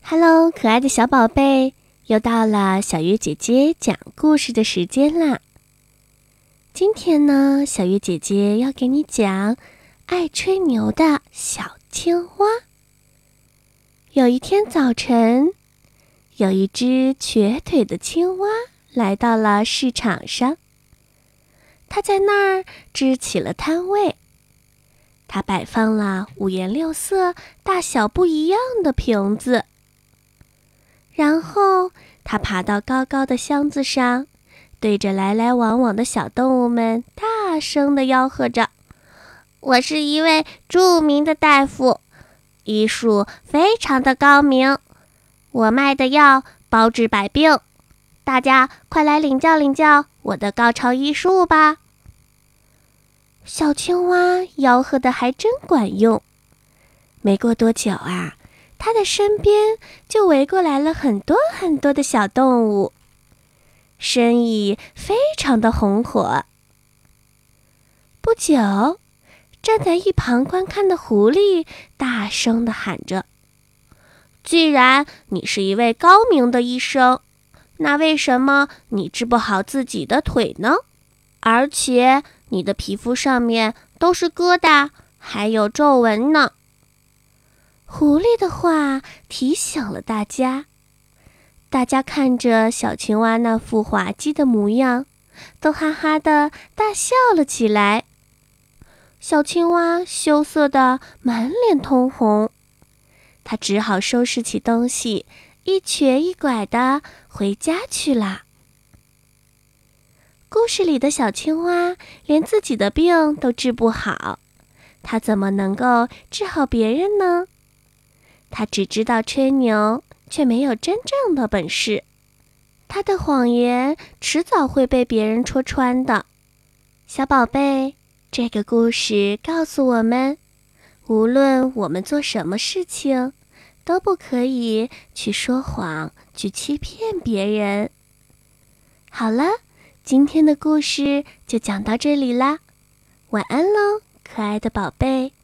Hello， 可爱的小宝贝，又到了小月姐姐讲故事的时间啦。今天呢，小月姐姐要给你讲爱吹牛的小青蛙。有一天早晨，有一只瘸腿的青蛙来到了市场上，它在那儿支起了摊位。它摆放了五颜六色、大小不一样的瓶子。然后，他爬到高高的箱子上，对着来来往往的小动物们大声地吆喝着：“我是一位著名的大夫，医术非常的高明，我卖的药包治百病，大家快来领教领教我的高超医术吧！”小青蛙吆喝的还真管用。没过多久啊，它的身边就围过来了很多很多的小动物，生意非常的红火。不久，站在一旁观看的狐狸大声地喊着：“既然你是一位高明的医生，那为什么你治不好自己的腿呢？而且你的皮肤上面都是疙瘩，还有皱纹呢。”狐狸的话提醒了大家，大家看着小青蛙那副滑稽的模样，都哈哈地大笑了起来。小青蛙羞涩得满脸通红，它只好收拾起东西，一瘸一拐地回家去了。故事里的小青蛙连自己的病都治不好，它怎么能够治好别人呢？他只知道吹牛，却没有真正的本事。他的谎言迟早会被别人戳穿的。小宝贝，这个故事告诉我们，无论我们做什么事情，都不可以去说谎，去欺骗别人。好了，今天的故事就讲到这里啦，晚安喽，可爱的宝贝。